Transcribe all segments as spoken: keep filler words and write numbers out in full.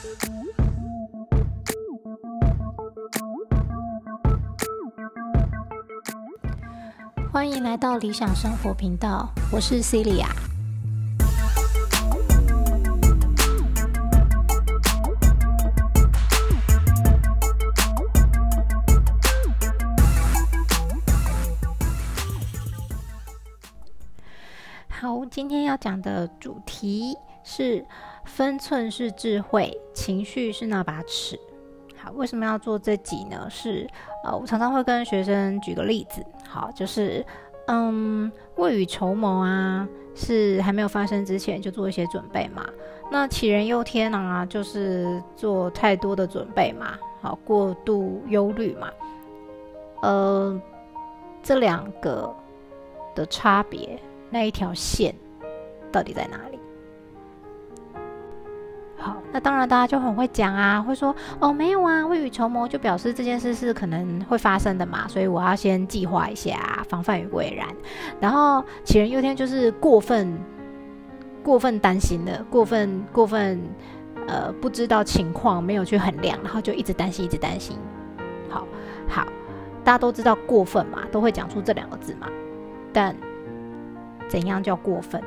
欢迎来到理想生活频道，我是 Celia。好，今天要讲的主题是分寸是智慧，情绪是那把尺。好，为什么要做这集呢？是呃，我常常会跟学生举个例子，好，就是嗯，未雨绸缪啊，是还没有发生之前就做一些准备嘛。那杞人忧天啊，就是做太多的准备嘛，好，过度忧虑嘛。呃，这两个的差别，那一条线到底在哪里？好，那当然大家就很会讲啊，会说哦没有啊，未雨绸缪就表示这件事是可能会发生的嘛，所以我要先计划一下，防范于未然。然后杞人忧天就是过分过分担心了，过分过分呃不知道情况，没有去衡量，然后就一直担心一直担心。好好，大家都知道过分嘛，都会讲出这两个字嘛，但怎样叫过分？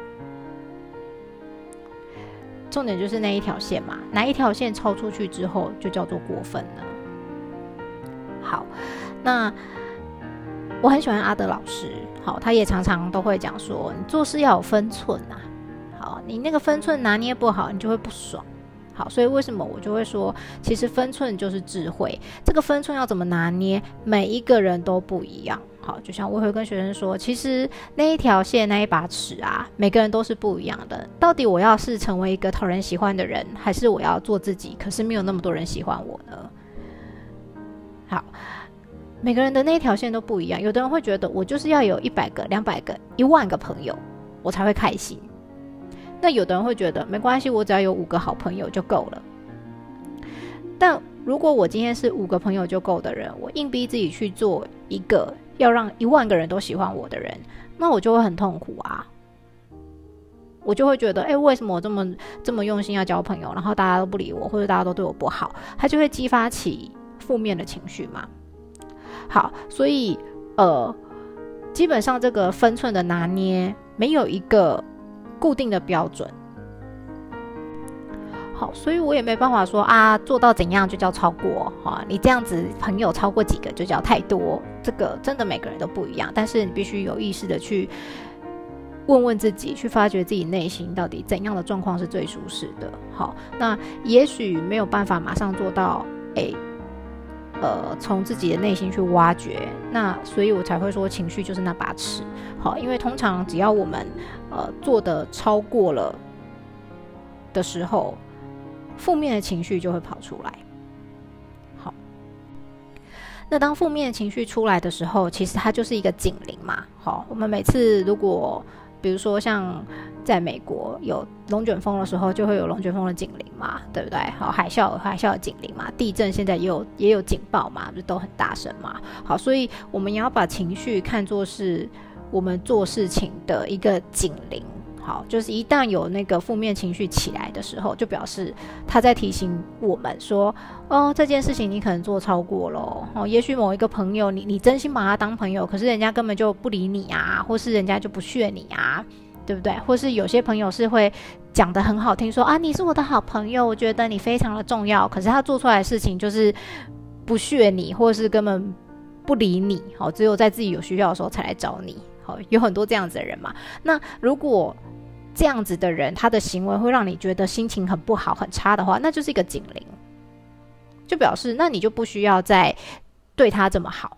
重点就是那一条线嘛，哪一条线超出去之后就叫做过分呢？好，那我很喜欢阿德老师，好，他也常常都会讲说，你做事要有分寸啊，好，你那个分寸拿捏不好，你就会不爽。好，所以为什么我就会说，其实分寸就是智慧，这个分寸要怎么拿捏，每一个人都不一样。好，就像我会跟学生说，其实那一条线那一把尺啊，每个人都是不一样的。到底我要是成为一个讨人喜欢的人，还是我要做自己，可是没有那么多人喜欢我呢？好，每个人的那一条线都不一样。有的人会觉得我就是要有一百个、两百个、一万个朋友，我才会开心。那有的人会觉得没关系，我只要有五个好朋友就够了。但如果我今天是五个朋友就够的人，我硬逼自己去做一个要让一万个人都喜欢我的人，那我就会很痛苦啊。我就会觉得，哎、欸，为什么我这么这么用心要交朋友，然后大家都不理我，或者大家都对我不好，它就会激发起负面的情绪嘛。好，所以呃，基本上这个分寸的拿捏没有一个固定的标准。好，所以我也没办法说啊，做到怎样就叫超过啊，你这样子朋友超过几个就叫太多，这个真的每个人都不一样。但是你必须有意识的去问问自己，去发掘自己内心到底怎样的状况是最舒适的。好，那也许没有办法马上做到，哎，呃，从自己的内心去挖掘。那所以我才会说，情绪就是那把尺。好，因为通常只要我们呃做的超过了的时候，负面的情绪就会跑出来。好，那当负面的情绪出来的时候，其实它就是一个警铃嘛。好，我们每次如果比如说像在美国有龙卷风的时候，就会有龙卷风的警铃嘛，对不对？好，海啸有海啸的警铃嘛，地震现在也有也有警报嘛，就都很大声嘛。好，所以我们也要把情绪看作是我们做事情的一个警铃。好，就是一旦有那个负面情绪起来的时候，就表示他在提醒我们说，哦，这件事情你可能做超过了哦，也许某一个朋友你你真心把他当朋友，可是人家根本就不理你啊，或是人家就不屑你啊，对不对？或是有些朋友是会讲得很好听，说啊你是我的好朋友，我觉得你非常的重要，可是他做出来的事情就是不屑你，或是根本不理你，好，只有在自己有需要的时候才来找你。好，有很多这样子的人嘛。那如果这样子的人，他的行为会让你觉得心情很不好、很差的话，那就是一个警铃，就表示那你就不需要再对他这么好，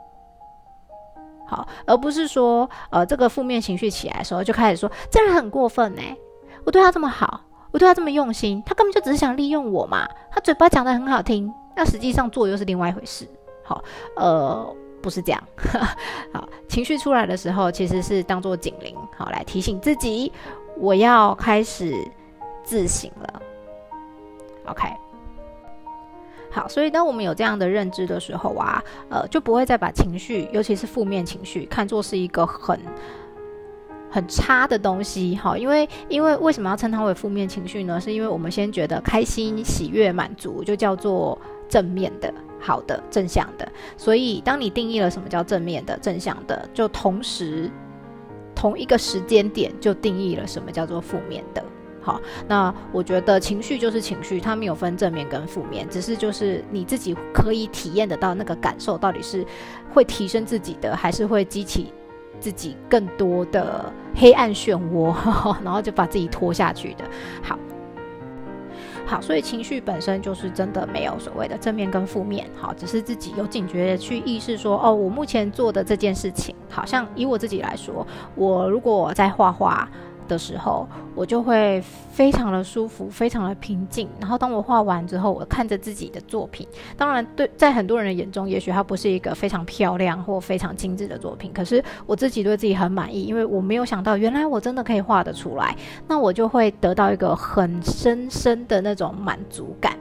好，而不是说，呃，这个负面情绪起来的时候就开始说这人很过分欸，我对他这么好，我对他这么用心，他根本就只是想利用我嘛，他嘴巴讲得很好听，那实际上做又是另外一回事。好，呃。不是这样，好，情绪出来的时候，其实是当作警铃，好，来提醒自己，我要开始自省了。OK， 好，所以当我们有这样的认知的时候啊，呃，就不会再把情绪，尤其是负面情绪，看作是一个很很差的东西。好，因为因为为什么要称它为负面情绪呢？是因为我们先觉得开心、喜悦、满足就叫做正面的、好的、正向的。所以当你定义了什么叫正面的、正向的，就同时同一个时间点就定义了什么叫做负面的。好，那我觉得情绪就是情绪，它没有分正面跟负面，只是就是你自己可以体验得到那个感受到底是会提升自己的，还是会激起自己更多的黑暗漩涡，然后就把自己拖下去的。好好，所以情绪本身就是真的没有所谓的正面跟负面，好，只是自己有警觉的去意识说，哦，我目前做的这件事情，好像以我自己来说，我如果在画画的时候，我就会非常的舒服，非常的平静。然后当我画完之后，我看着自己的作品，当然对，在很多人的眼中，也许它不是一个非常漂亮或非常精致的作品，可是我自己对自己很满意，因为我没有想到原来我真的可以画得出来，那我就会得到一个很深深的那种满足感。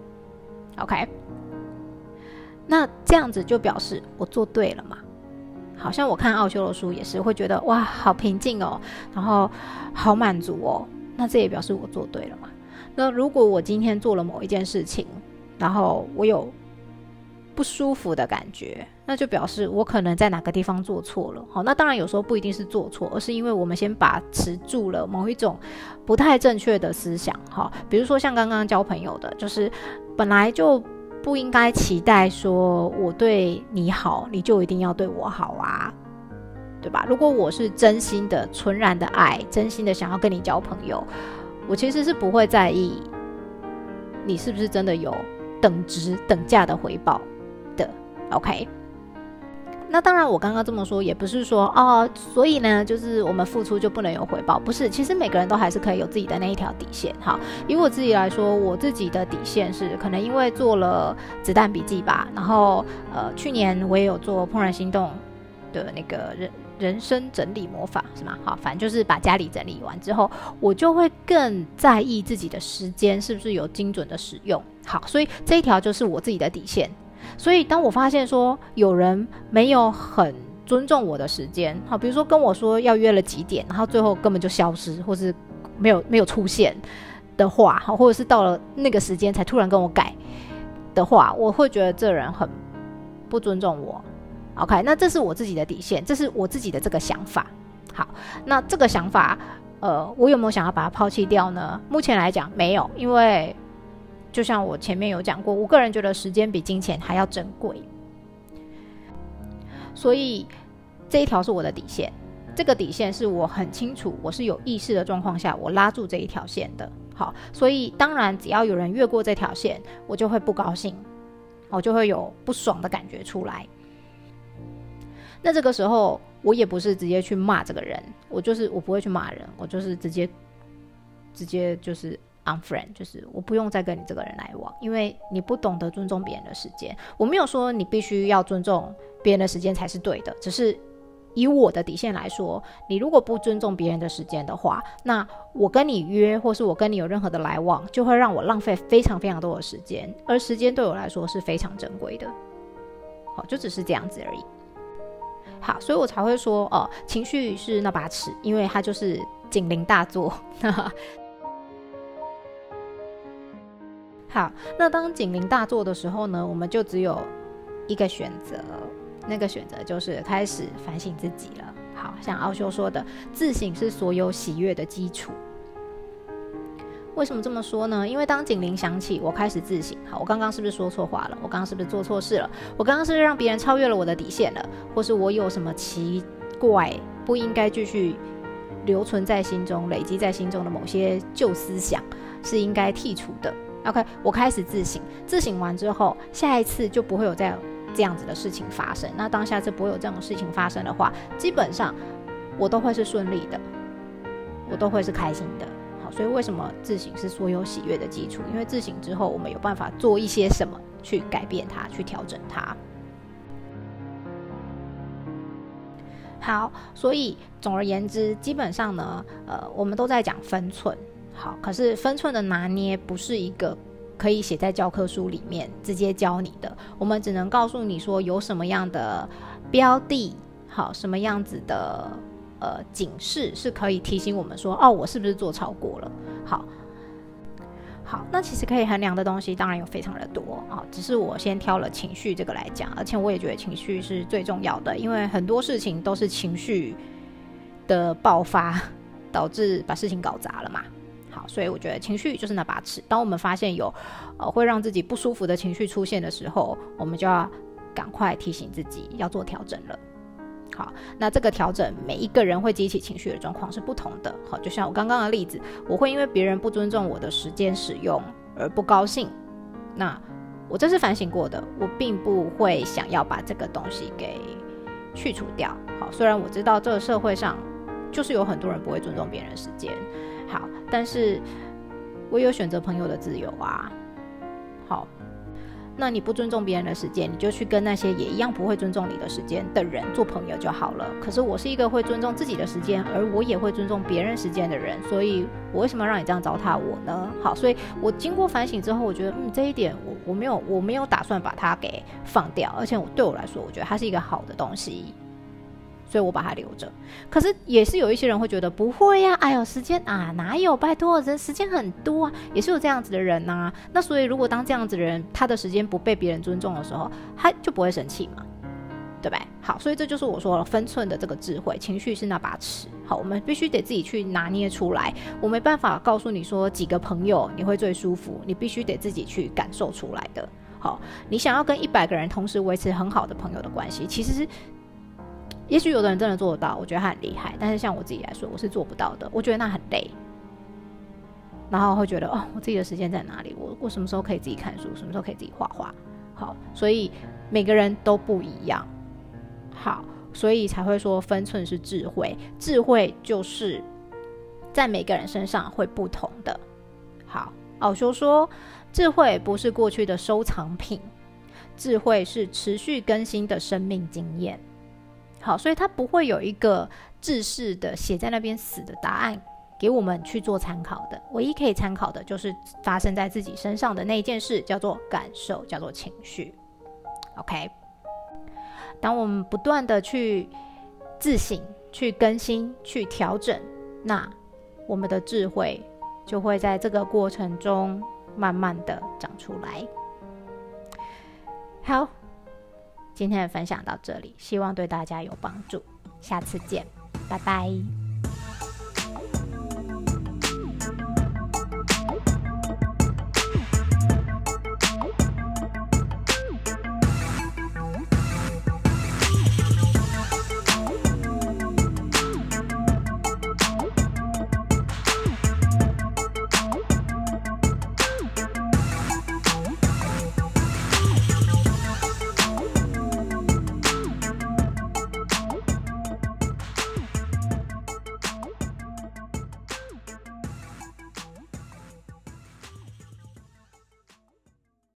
OK， 那这样子就表示我做对了嘛。好像我看奥修的书也是会觉得哇好平静哦，然后好满足哦，那这也表示我做对了嘛。那如果我今天做了某一件事情，然后我有不舒服的感觉，那就表示我可能在哪个地方做错了。好，那当然有时候不一定是做错，而是因为我们先把持住了某一种不太正确的思想。好，比如说像刚刚交朋友的，就是本来就不应该期待说我对你好，你就一定要对我好啊，对吧？如果我是真心的、纯然的爱，真心的想要跟你交朋友，我其实是不会在意你是不是真的有等值、等价的回报的。OK， 那当然我刚刚这么说也不是说哦，所以呢就是我们付出就不能有回报，不是，其实每个人都还是可以有自己的那一条底线。好，以我自己来说，我自己的底线是可能因为做了子弹笔记吧，然后呃去年我也有做怦然心动的那个人人生整理魔法是吗？好，反正就是把家里整理完之后，我就会更在意自己的时间是不是有精准的使用。好，所以这一条就是我自己的底线。所以当我发现说有人没有很尊重我的时间，好，比如说跟我说要约了几点，然后最后根本就消失，或是没有没有出现的话，好，或者是到了那个时间才突然跟我改的话，我会觉得这人很不尊重我。OK， 那这是我自己的底线，这是我自己的这个想法。好，那这个想法，呃，我有没有想要把它抛弃掉呢？目前来讲没有，因为就像我前面有讲过，我个人觉得时间比金钱还要珍贵，所以这一条是我的底线。这个底线是我很清楚，我是有意识的状况下，我拉住这一条线的。好，所以当然只要有人越过这条线，我就会不高兴，我就会有不爽的感觉出来。那这个时候我也不是直接去骂这个人，我就是我不会去骂人，我就是直接直接就是 unfriend， 就是我不用再跟你这个人来往，因为你不懂得尊重别人的时间。我没有说你必须要尊重别人的时间才是对的，只是以我的底线来说，你如果不尊重别人的时间的话，那我跟你约或是我跟你有任何的来往，就会让我浪费非常非常多的时间，而时间对我来说是非常珍贵的。好，就只是这样子而已。好，所以我才会说哦，情绪是那把尺，因为它就是警铃大作。好，那当警铃大作的时候呢，我们就只有一个选择，那个选择就是开始反省自己了。好，像奥修说的，自省是所有喜悦的基础。为什么这么说呢？因为当警铃响起，我开始自省。好，我刚刚是不是说错话了？我刚刚是不是做错事了？我刚刚是不是让别人超越了我的底线了？或是我有什么奇怪不应该继续留存在心中、累积在心中的某些旧思想是应该剔除的？ OK， 我开始自省。自省完之后，下一次就不会有这样这样子的事情发生。那当下次不会有这种事情发生的话，基本上我都会是顺利的，我都会是开心的。所以为什么自省是所有喜悦的基础？因为自省之后，我们有办法做一些什么去改变它，去调整它。好，所以总而言之，基本上呢，呃，我们都在讲分寸。好，可是分寸的拿捏不是一个可以写在教科书里面直接教你的，我们只能告诉你说有什么样的标的，好，什么样子的呃警示，是可以提醒我们说，哦，我是不是做超过了。好好，那其实可以衡量的东西当然有非常的多啊，只是我先挑了情绪这个来讲，而且我也觉得情绪是最重要的，因为很多事情都是情绪的爆发导致把事情搞砸了嘛。好，所以我觉得情绪就是那把尺，当我们发现有呃会让自己不舒服的情绪出现的时候，我们就要赶快提醒自己要做调整了。好，那这个调整每一个人会激起情绪的状况是不同的。好，就像我刚刚的例子，我会因为别人不尊重我的时间使用而不高兴，那我这是反省过的，我并不会想要把这个东西给去除掉。好，虽然我知道这个社会上就是有很多人不会尊重别人的时间，好，但是我有选择朋友的自由啊。好，那你不尊重别人的时间，你就去跟那些也一样不会尊重你的时间的人做朋友就好了。可是我是一个会尊重自己的时间，而我也会尊重别人时间的人，所以我为什么要让你这样糟蹋我呢？好，所以我经过反省之后，我觉得嗯，这一点我我没有我没有打算把它给放掉，而且我对我来说，我觉得它是一个好的东西。所以我把它留着。可是也是有一些人会觉得不会呀、啊，哎呦时间啊哪有，拜托人时间很多啊，也是有这样子的人啊。那所以如果当这样子的人他的时间不被别人尊重的时候，他就不会生气嘛，对吧？好，所以这就是我说了分寸的这个智慧，情绪是那把尺。好，我们必须得自己去拿捏出来，我没办法告诉你说几个朋友你会最舒服，你必须得自己去感受出来的。好，你想要跟一百个人同时维持很好的朋友的关系，其实是也许有的人真的做得到，我觉得他很厉害，但是像我自己来说我是做不到的，我觉得那很累，然后会觉得哦，我自己的时间在哪里，我我什么时候可以自己看书，什么时候可以自己画画。好，所以每个人都不一样。好，所以才会说分寸是智慧，智慧就是在每个人身上会不同的。好，奥修说智慧不是过去的收藏品，智慧是持续更新的生命经验。好，所以它不会有一个制式的写在那边死的答案给我们去做参考的，唯一可以参考的就是发生在自己身上的那一件事，叫做感受，叫做情绪。 OK， 当我们不断的去自省，去更新，去调整，那我们的智慧就会在这个过程中慢慢的长出来。好，今天的分享到这里，希望对大家有帮助，下次见，拜拜。